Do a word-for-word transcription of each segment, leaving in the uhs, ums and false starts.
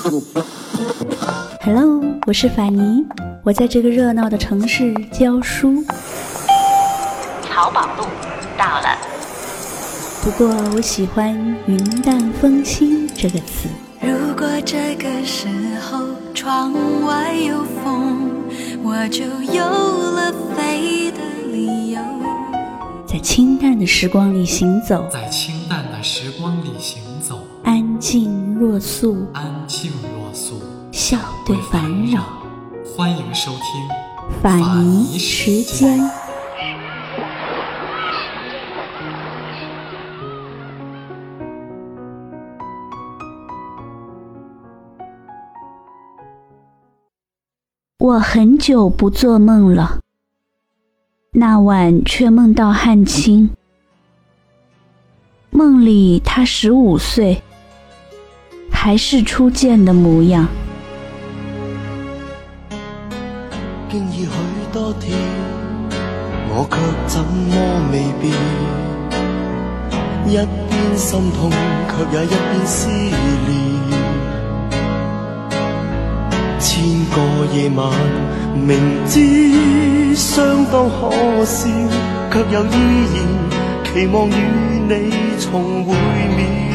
Hello， 我是法妮，我在这个热闹的城市教书。 淘宝路到了， 不过我喜欢云淡风轻这个词。 如果这个时候窗外有风，我就有了飞的理由。 在清淡的时光里行走， 在清淡的时光里行走， 安静若素， 安静若素， 笑对烦扰。 欢迎收听法妮时间。我很久不做梦了，那晚却梦到汉卿。梦里他十五岁，还是初见的模样。 經已許多天，我卻怎麼未變？一邊心痛，卻也一邊思念。千個夜晚，明知相當可笑，卻又依然期望與你重會面。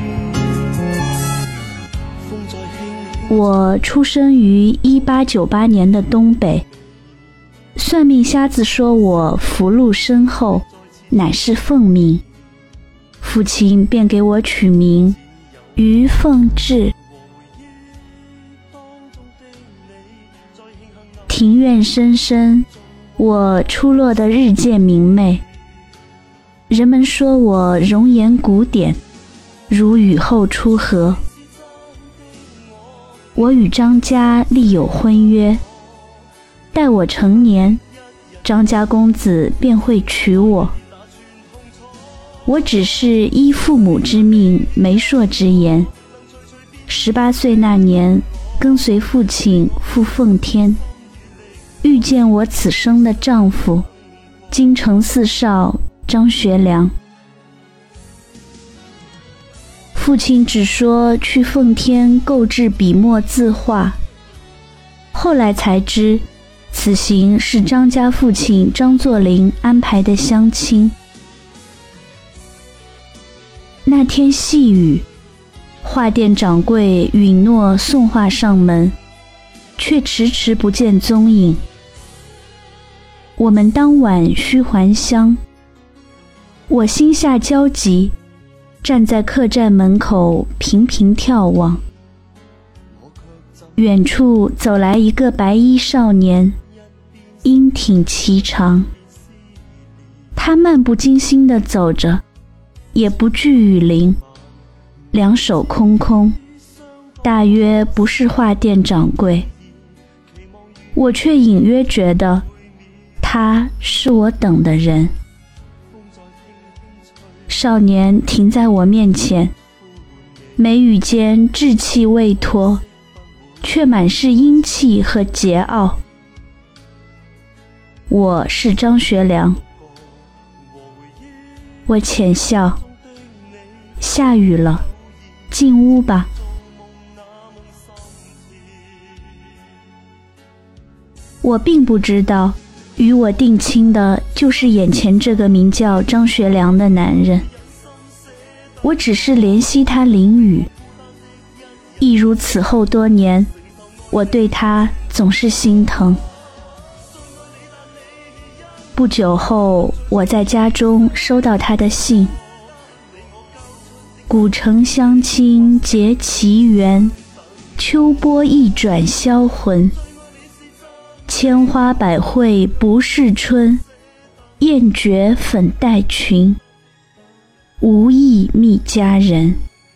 我出生于一八九八年的东北，算命瞎子说我福禄深厚，乃是凤命，父亲便给我取名于凤至。庭院深深，我出落得日渐明媚。人们说我容颜古典，如雨后初荷。我与张家立有婚约，待我成年，张家公子便会娶我。我只是依父母之命，媒妁之言。十八岁那年，跟随父亲赴奉天，遇见我此生的丈夫，京城四少张学良。父亲只说去奉天购置笔墨字画，后来才知此行是张家父亲张作霖安排的相亲。那天细雨，画店掌柜允诺送画上门，却迟迟不见踪影。我们当晚须还乡，我心下焦急，站在客栈门口频频眺望。远处走来一个白衣少年，英挺颀长。他漫不经心地走着，也不惧雨淋，两手空空，大约不是画店掌柜。我却隐约觉得他是我等的人。少年停在我面前，眉宇间稚气未脱，却满是英气和桀骜。我是张学良。我浅笑，下雨了，进屋吧。我并不知道，与我定亲的就是眼前这个名叫张学良的男人。我只是怜惜他淋雨，亦如此后多年，我对他总是心疼。不久后，我在家中收到他的信：古城相亲结奇缘，秋波一转销魂。千花百卉不是春，燕绝粉黛裙。无意觅佳人，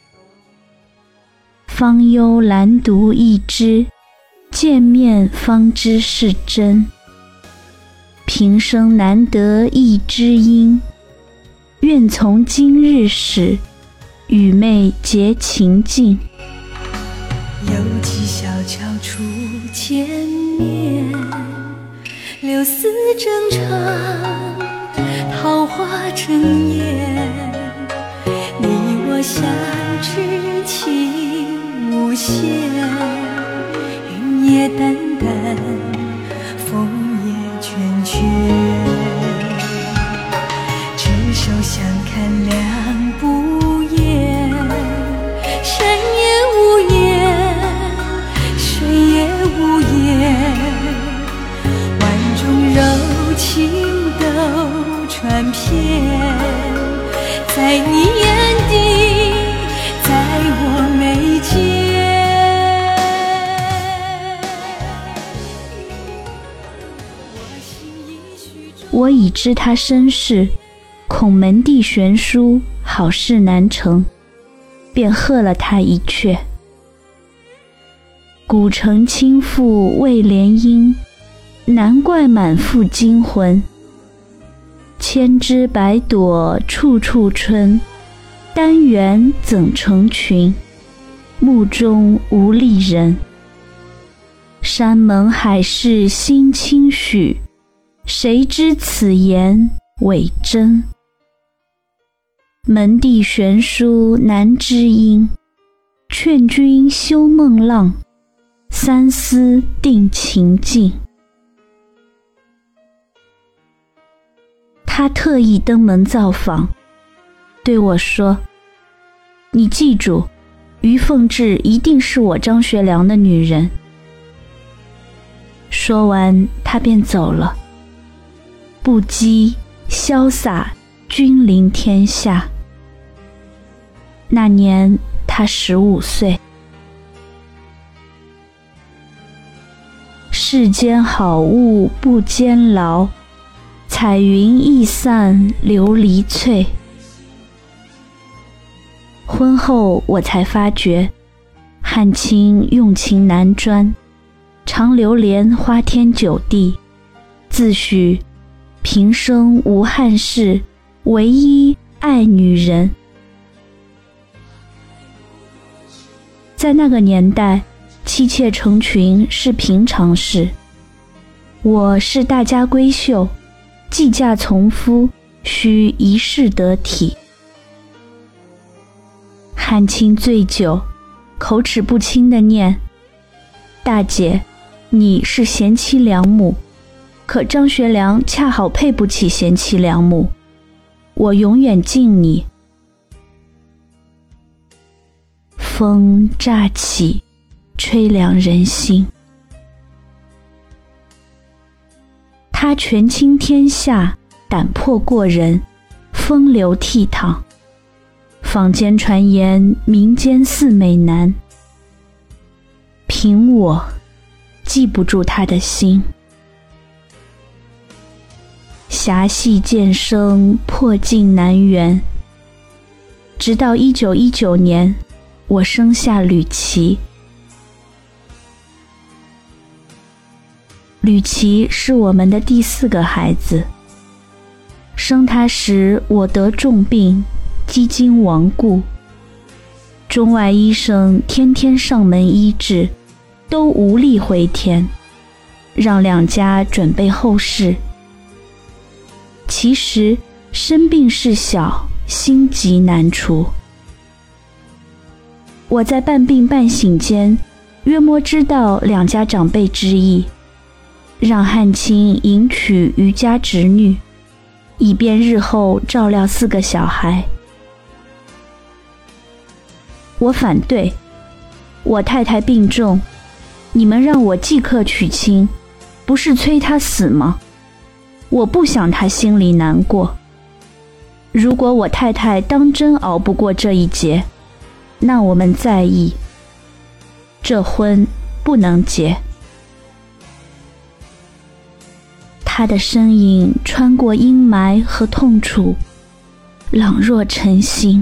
芳幽兰独一枝，见面方知是真。平生难得一知音，愿从今日始，与妹结情境。 有几小桥初见面，柳丝正长，桃花正艳。你我相知情无限，云也淡淡，风也倦倦，执手相看两不厌，山也无言，水也无言，万种柔情都传遍，在你眼底，在我眉间。 我已知他身世，恐门第悬殊，好事难成，便喝了他一阙。古城倾覆未联姻，难怪满腹惊魂。千枝百朵处处春，单缘怎成群？目中无丽人。山盟海誓心轻许，谁知此言伪真？门第悬殊难知音，劝君休梦浪，三思定情境。他特意登门造访，对我说：“你记住，于凤至一定是我张学良的女人。”说完，他便走了。不羁潇洒，君临天下。那年他十五岁。世间好物不坚牢，彩云易散琉璃脆。婚后我才发觉，汉卿用情难专，常流连花天酒地，自诩平生无憾事，唯一爱女人。在那个年代，妻妾成群是平常事。我是大家闺秀，继嫁从夫，须一世得体。汉卿醉酒，口齿不清地念：“大姐，你是贤妻良母，可张学良恰好配不起贤妻良母，我永远敬你。”风乍起，吹凉人心。他权倾天下，胆魄过人，风流倜傥。坊间传言民间似美男，凭我记不住他的心。侠隙渐生，破镜难圆。直到一九一九年，我生下吕琦。吕琦是我们的第四个孩子。生他时，我得重病，几经亡故。中外医生天天上门医治，都无力回天，让两家准备后事。其实生病事小，心急难除。我在半病半醒间，约摸知道两家长辈之意，让汉卿迎娶余家侄女，以便日后照料四个小孩。我反对，我太太病重，你们让我即刻娶亲，不是催她死吗？我不想她心里难过。如果我太太当真熬不过这一劫，那我们再议，这婚不能结。他的身影穿过阴霾和痛楚，朗若晨星。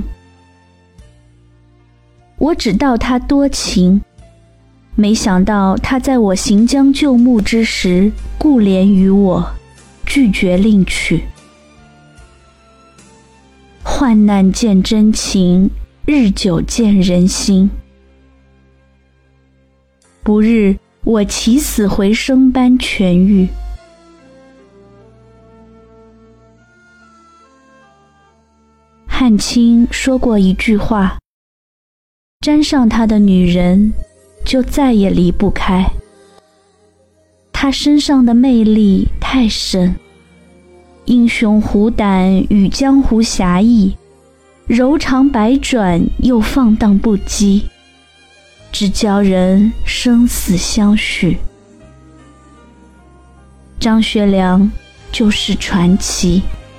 我只道他多情，没想到他在我行将就木之时，顾怜于我，拒绝另娶。患难见真情，日久见人心。不日，我起死回生般痊愈。汉卿说过一句话： 沾上她的女人就再也离不开。她身上的魅力太深，英雄虎胆与江湖侠义，柔肠百转又放荡不羁，只教人生死相许。张学良就是传奇。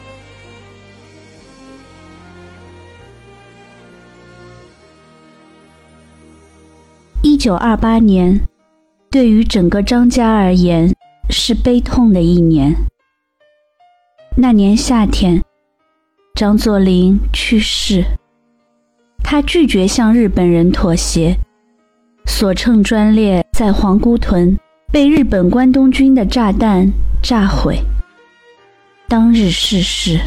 一九二八年，对于整个张家而言是悲痛的一年。那年夏天，张作霖去世，他拒绝向日本人妥协，所乘专列在皇姑屯被日本关东军的炸弹炸毁，当日逝世。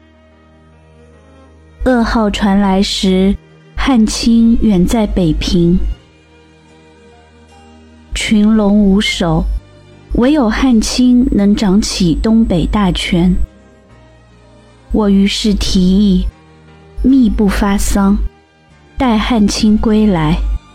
噩耗传来时，汉卿远在北平，群龙无首，唯有汉卿能掌起东北大权。我于是提议密不发丧，待汉卿归来。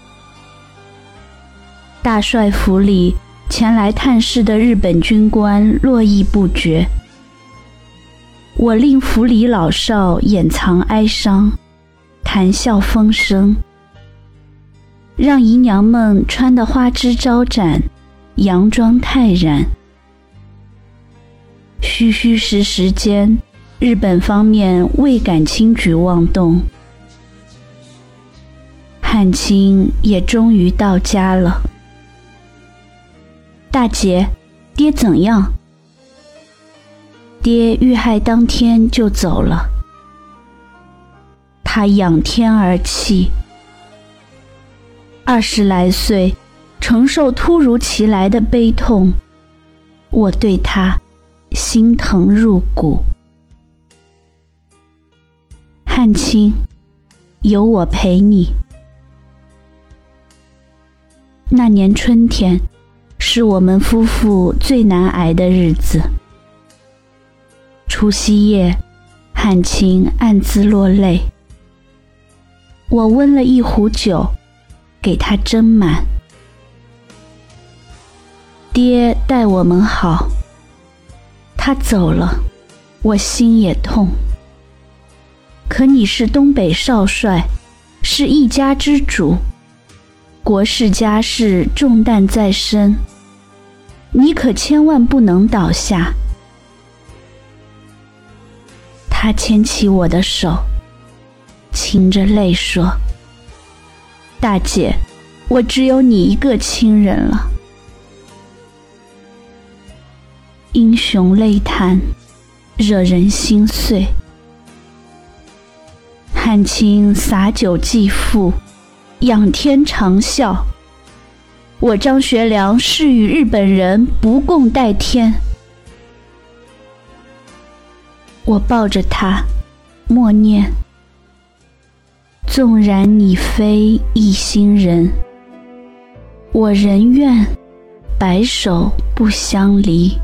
大帅府里前来探视的日本军官络绎不绝，我令府里老少掩藏哀伤，谈笑风生，让姨娘们穿得花枝招展，佯装泰然。虚虚实实间，日本方面未敢轻举妄动。汉卿也终于到家了。大姐，爹怎样？爹遇害当天就走了。他仰天而泣。二十来岁，承受突如其来的悲痛，我对他心疼入骨。汉卿，有我陪你。那年春天，是我们夫妇最难挨的日子。除夕夜，汉卿暗自落泪。我温了一壶酒，给他斟满。爹待我们好，他走了，我心也痛。可你是东北少帅，是一家之主，国事家事重担在身，你可千万不能倒下。他牵起我的手，噙着泪说：大姐，我只有你一个亲人了。英雄泪叹，惹人心碎。汉卿洒酒祭父，仰天长啸：我张学良誓与日本人不共戴天。我抱着他，默念：纵然你非一心人，我仍愿白首不相离。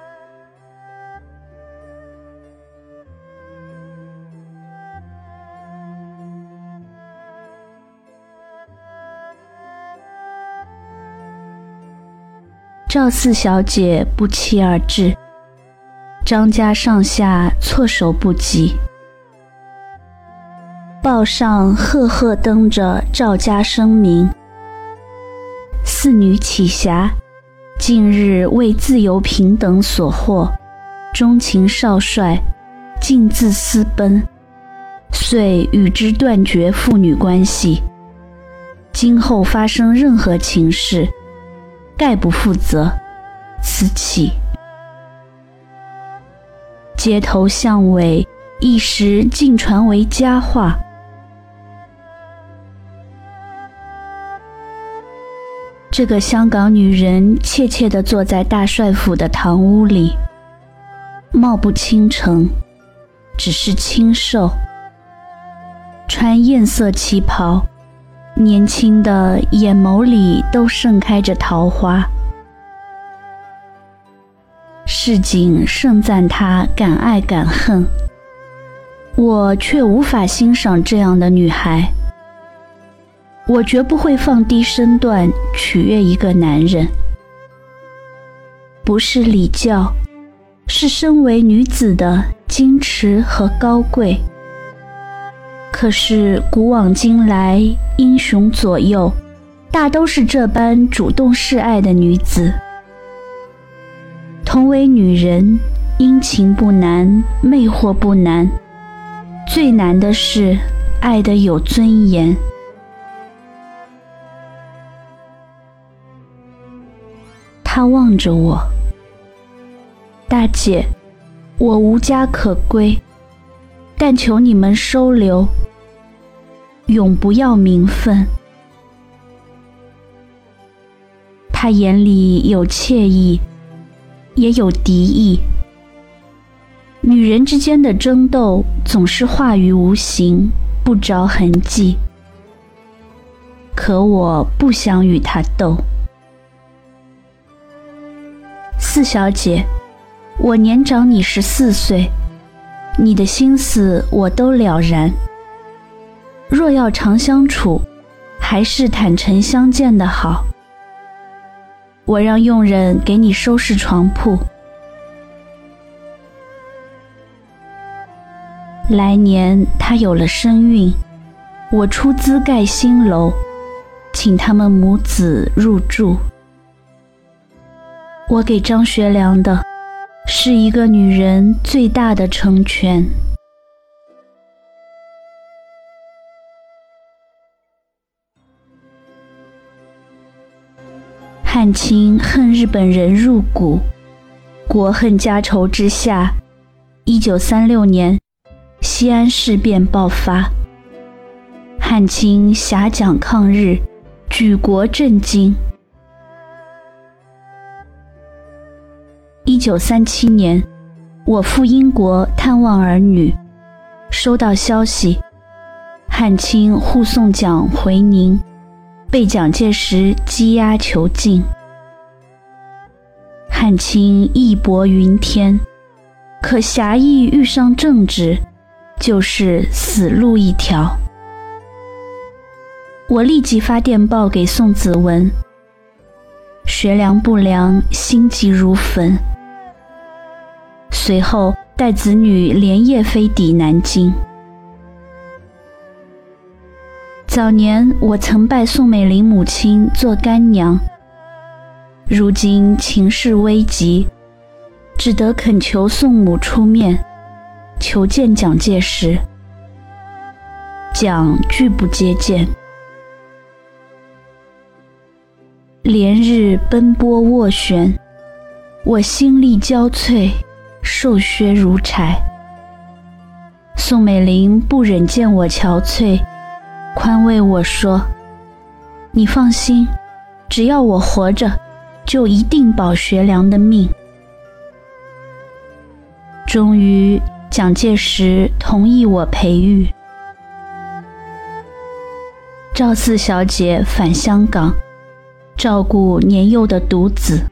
赵四小姐不期而至，张家上下措手不及。报上赫赫登着赵家声明：四女启霞近日为自由平等所惑，钟情少帅，径自私奔，遂与之断绝父女关系。今后发生任何情事，概不负责，此起。街头巷尾一时竟传为佳话。这个香港女人怯怯地坐在大帅府的堂屋里，貌不倾城，只是清瘦，穿艳色旗袍，年轻的眼眸里都盛开着桃花。市井盛赞她敢爱敢恨，我却无法欣赏这样的女孩。 我绝不会放低身段取悦一个男人。不是礼教，是身为女子的矜持和高贵。可是古往今来，英雄左右大都是这般主动示爱的女子。同为女人，殷勤不难，魅惑不难，最难的是爱得有尊严。他望着我，大姐，我无家可归，但求你们收留，永不要名分。他眼里有惬意，也有敌意。女人之间的争斗总是化于无形，不着痕迹。可我不想与他斗。四小姐，我年长你十四岁，你的心思我都了然。若要常相处，还是坦诚相见的好。我让佣人给你收拾床铺。来年他有了身孕，我出资盖新楼，请他们母子入住。我给张学良的是一个女人最大的成全。汉卿恨日本人入骨，国恨家仇之下，一九三六年西安事变爆发，汉卿挟蒋抗日，举国震惊。一九三七年，我赴英国探望儿女，收到消息，汉卿护送蒋回宁，被蒋介石羁押囚禁。汉卿义薄云天，可侠义遇上正直，就是死路一条。我立即发电报给宋子文，学良不良，心急如焚。随后带子女连夜飞抵南京。早年我曾拜宋美龄母亲做干娘，如今情势危急，只得恳求宋母出面，求见蒋介石。蒋拒不接见。连日奔波斡旋，我心力交瘁，瘦削如柴。宋美龄不忍见我憔悴，宽慰我说：“你放心，只要我活着，就一定保学良的命。”终于，蒋介石同意我培育。赵四小姐返香港，照顾年幼的独子。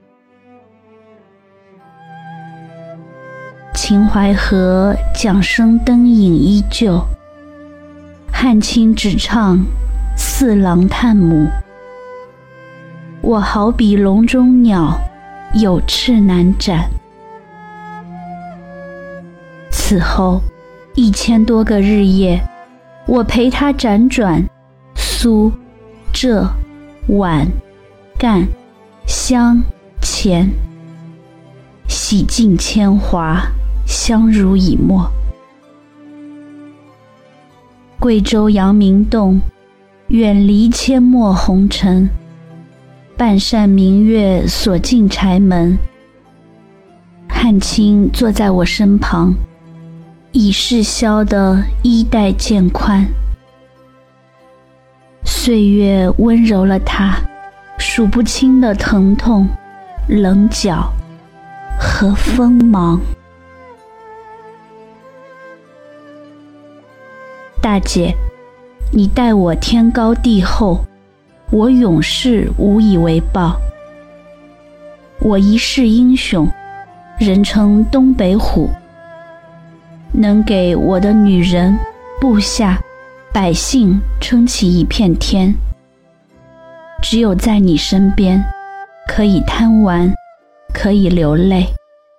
秦淮河桨声灯影依旧，汉卿只唱四郎探母。我好比笼中鸟，有翅难展。此后一千多个日夜，我陪他辗转苏、浙、皖、赣、湘、黔，洗尽铅华，相濡以沫。贵州阳明洞，远离阡陌红尘，半扇明月锁进柴门。汉卿坐在我身旁，已是消得衣带渐宽。岁月温柔了他数不清的疼痛、棱角和锋芒。大姐，你待我天高地厚，我永世无以为报。我一世英雄，人称东北虎，能给我的女人、部下百姓撑起一片天。只有在你身边，可以贪玩，可以流泪。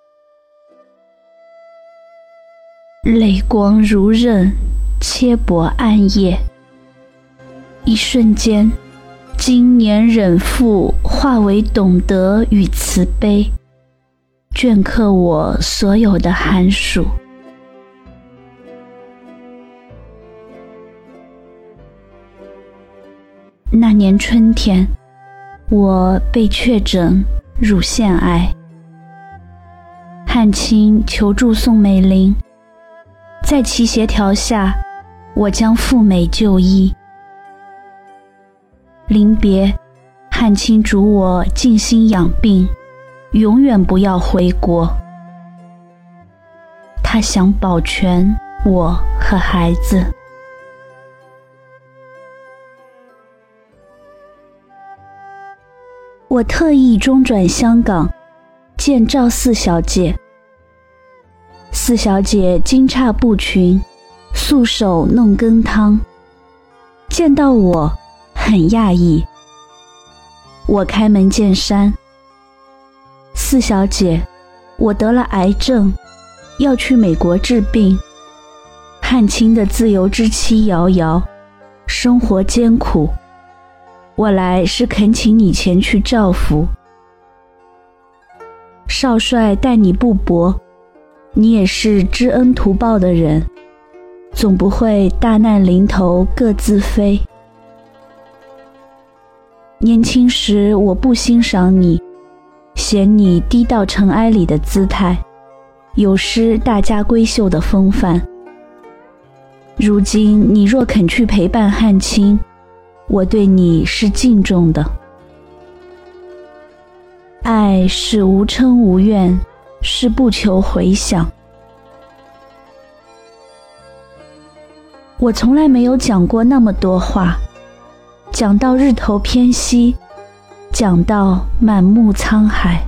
泪光如刃，切薄暗夜。一瞬间，经年忍负化为懂得与慈悲，镌刻我所有的寒暑。那年春天，我被确诊乳腺癌，汉卿求助宋美龄，在其协调下，我将赴美就医。临别，汉卿嘱我静心养病，永远不要回国。他想保全我和孩子。我特意中转香港，见赵四小姐。四小姐金叉布裙，素手弄羹汤，见到我很讶异。我开门见山：四小姐，我得了癌症，要去美国治病。汉卿的自由之期遥遥，生活艰苦，我来是恳请你前去照拂。少帅待你不薄，你也是知恩图报的人，总不会大难临头各自飞。年轻时我不欣赏你，嫌你低到尘埃里的姿态，有失大家闺秀的风范。如今你若肯去陪伴汉卿，我对你是敬重的。爱是无嗔无怨，是不求回响。我从来没有讲过那么多话，讲到日头偏西，讲到满目沧海。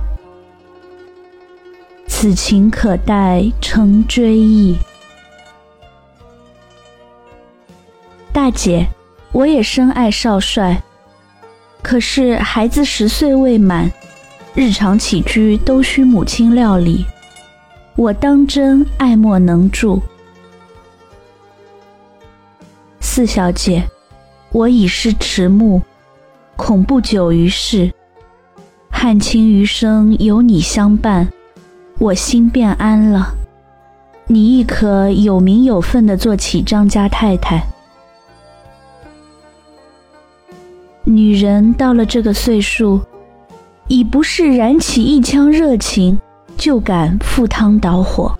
此情可待成追忆。大姐，我也深爱少帅，可是孩子十岁未满，日常起居都需母亲料理，我当真爱莫能助。四小姐，我已是迟暮，恐不久于世。汉卿余生有你相伴，我心便安了。你亦可有名有分地做起张家太太。女人到了这个岁数，已不是燃起一腔热情就敢赴汤蹈火。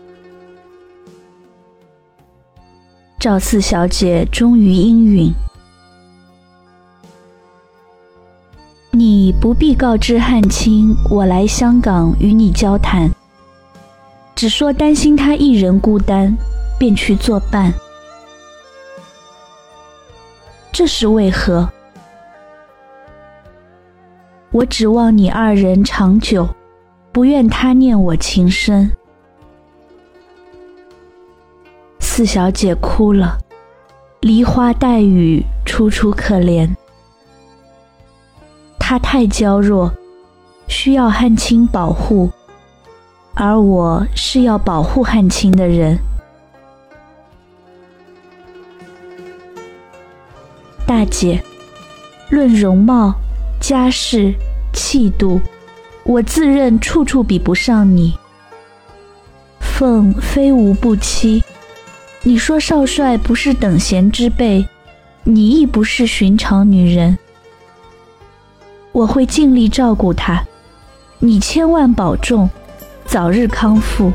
赵四小姐终于应允，你不必告知汉卿我来香港与你交谈，只说担心他一人孤单，便去作伴。这是为何？我指望你二人长久，不愿他念我情深。四小姐哭了，梨花带雨，楚楚可怜。她太娇弱，需要汉卿保护，而我是要保护汉卿的人。大姐，论容貌、家世、气度，我自认处处比不上你。凤非无不妻，你说少帅不是等闲之辈，你亦不是寻常女人。我会尽力照顾他，你千万保重，早日康复。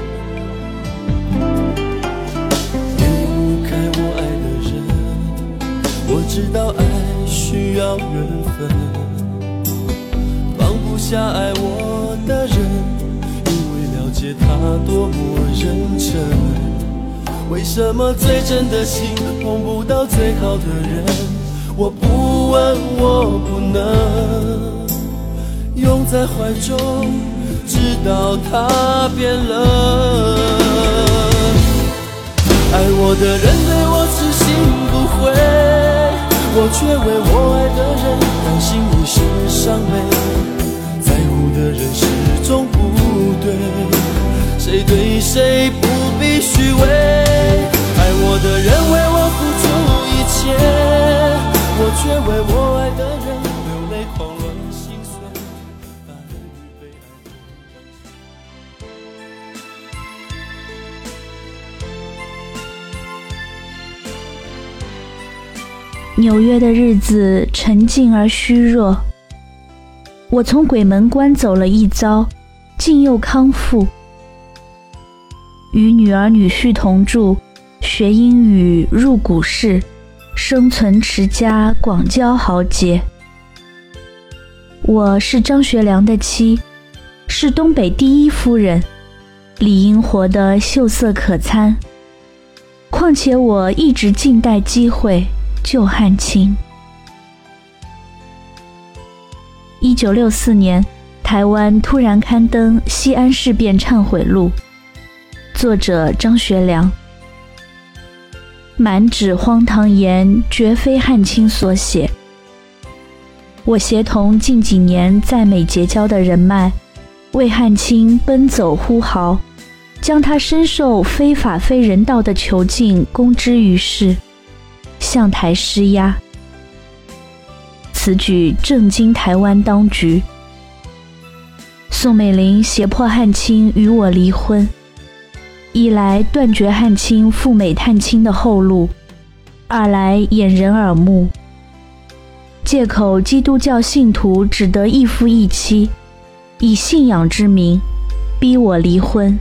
离开我爱的人，我知道爱需要缘分，放不下爱我的人，因为了解他多么认真。为什么最真的心碰不到最好的人？我不问，我不能拥在怀中，直到他变了。爱我的人对我痴心不悔， 味，我却为我爱的人担心一时伤悲，在乎的人始终不对，谁对谁不必虚伪，爱我的人为我付出一切，我却为我爱的人流泪狂乱心碎，把爱与被爱纽约的日子沉静而虚弱，我从鬼门关走了一遭，竟又康复。与女儿女婿同住，学英语，入股市，生存持家，广交豪杰。我是张学良的妻，是东北第一夫人，理应活得秀色可餐。况且我一直静待机会救汉卿。一九六四年，台湾突然刊登西安事变忏悔录，作者张学良。满纸荒唐言，绝非汉卿所写。我协同近几年在美结交的人脉，为汉卿奔走呼号，将他深受非法非人道的囚禁公之于世，向台施压。此举震惊台湾当局。宋美龄胁迫汉卿与我离婚，一来断绝汉卿赴美探亲的后路，二来掩人耳目，借口基督教信徒只得一夫一妻，以信仰之名逼我离婚。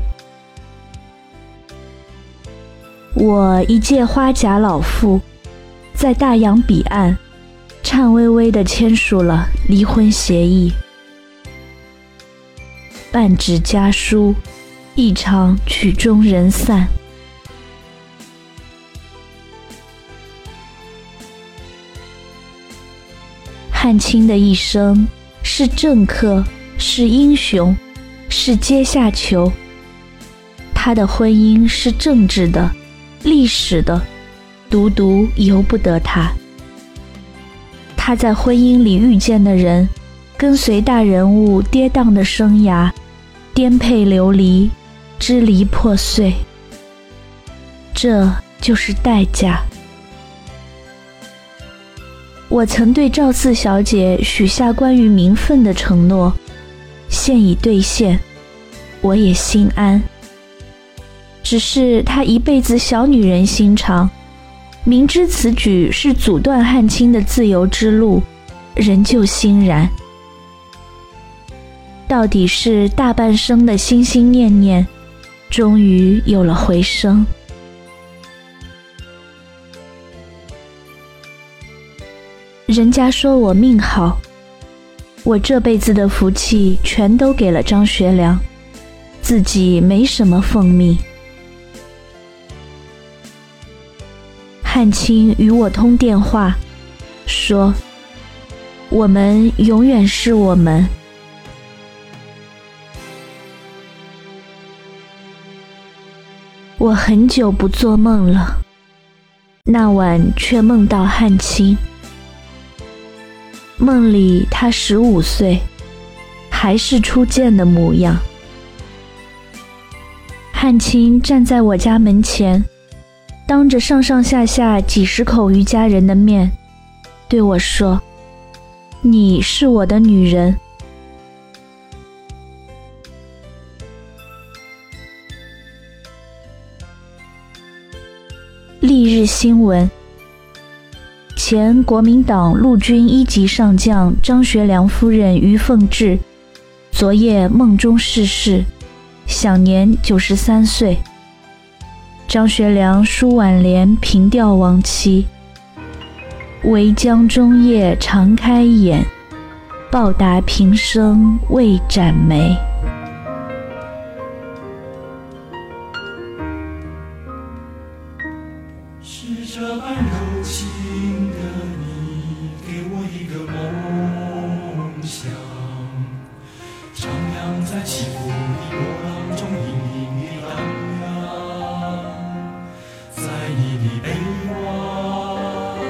我一介花甲老妇，在大洋彼岸颤巍巍地签署了离婚协议。半纸家书，一场曲终人散。汉卿的一生是政客，是英雄，是阶下囚。他的婚姻是政治的，历史的，独独由不得他。他在婚姻里遇见的人，跟随大人物跌宕的生涯，颠沛流离，支离破碎，这就是代价。我曾对赵四小姐许下关于名分的承诺，现已兑现，我也心安。只是她一辈子小女人心肠，明知此举是阻断汉卿的自由之路，仍旧欣然。到底是大半生的心心念念，终于有了回声。人家说我命好，我这辈子的福气全都给了张学良，自己没什么奉命。汉卿与我通电话，说我们永远是我们。我很久不做梦了，那晚却梦到汉卿。梦里他十五岁，还是初见的模样。汉卿站在我家门前，当着上上下下几十口余家人的面，对我说：“你是我的女人。”翌日新闻，前国民党陆军一级上将张学良夫人于凤至昨夜梦中逝世，享年九十三岁。张学良书挽联凭吊亡妻：唯将终夜常开眼，报答平生未展眉。 是这般柔情的你，给我一个梦想，徜徉在起伏的波浪中，隐隐地荡漾，在你的臂弯，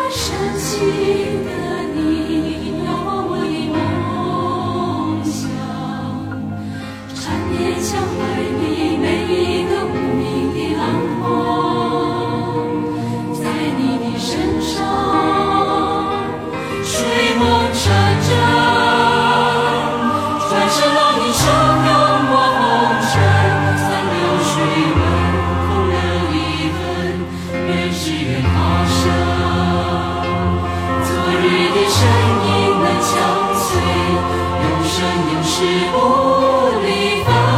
深情的你，摇晃我的梦想，缠绵墙怀里每一个无名的浪花，在你的身上睡梦成真。转身让你汹涌我红尘，三流水温空留一痕，愿只愿他生。昨日的身影能相随，永生永世不离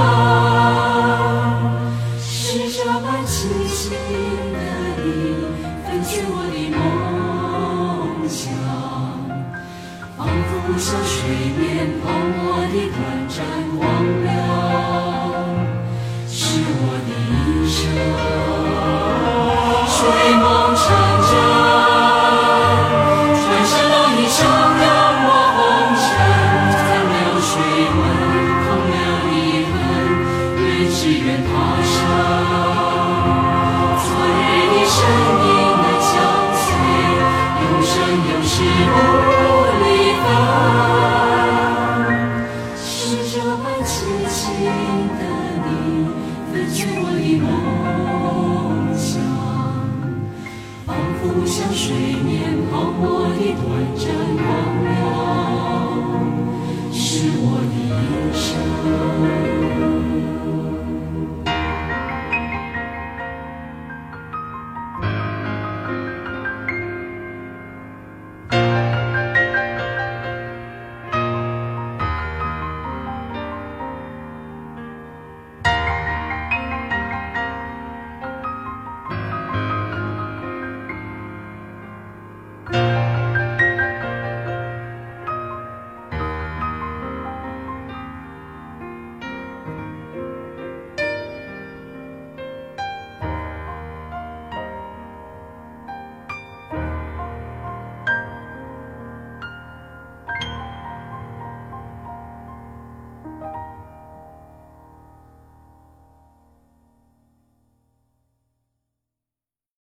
分。是这般凄清的你，分去我的梦想，仿佛像水面泡沫的短暂光亮，是我的一生睡梦成真。转身让你汹涌我红尘，三流水温空留一痕，愿只愿他生。昨日的身影能相随，永生永世不离分。是这般凄清的你，分去我的梦想，仿佛像水面泡沫的短暂光亮，是我的一生。